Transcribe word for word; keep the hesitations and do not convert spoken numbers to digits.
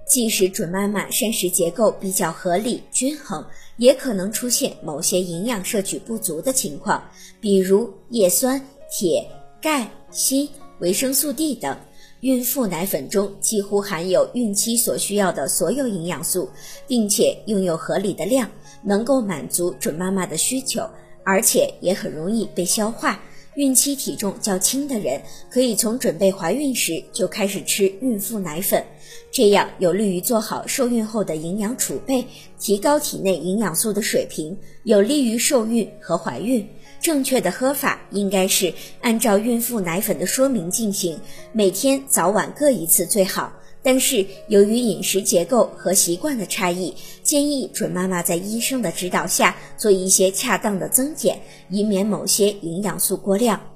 即使准妈妈膳食结构比较合理均衡，也可能出现某些营养摄取不足的情况，比如叶酸、铁、钙、锌、维生素 D 等。孕妇奶粉中几乎含有孕期所需要的所有营养素，并且拥有合理的量，能够满足准妈妈的需求，而且也很容易被消化。孕期体重较轻的人，可以从准备怀孕时就开始吃孕妇奶粉，这样有利于做好受孕后的营养储备，提高体内营养素的水平，有利于受孕和怀孕。正确的喝法应该是按照孕妇奶粉的说明进行，每天早晚各一次最好。但是由于饮食结构和习惯的差异，建议准妈妈在医生的指导下做一些恰当的增减，以免某些营养素过量。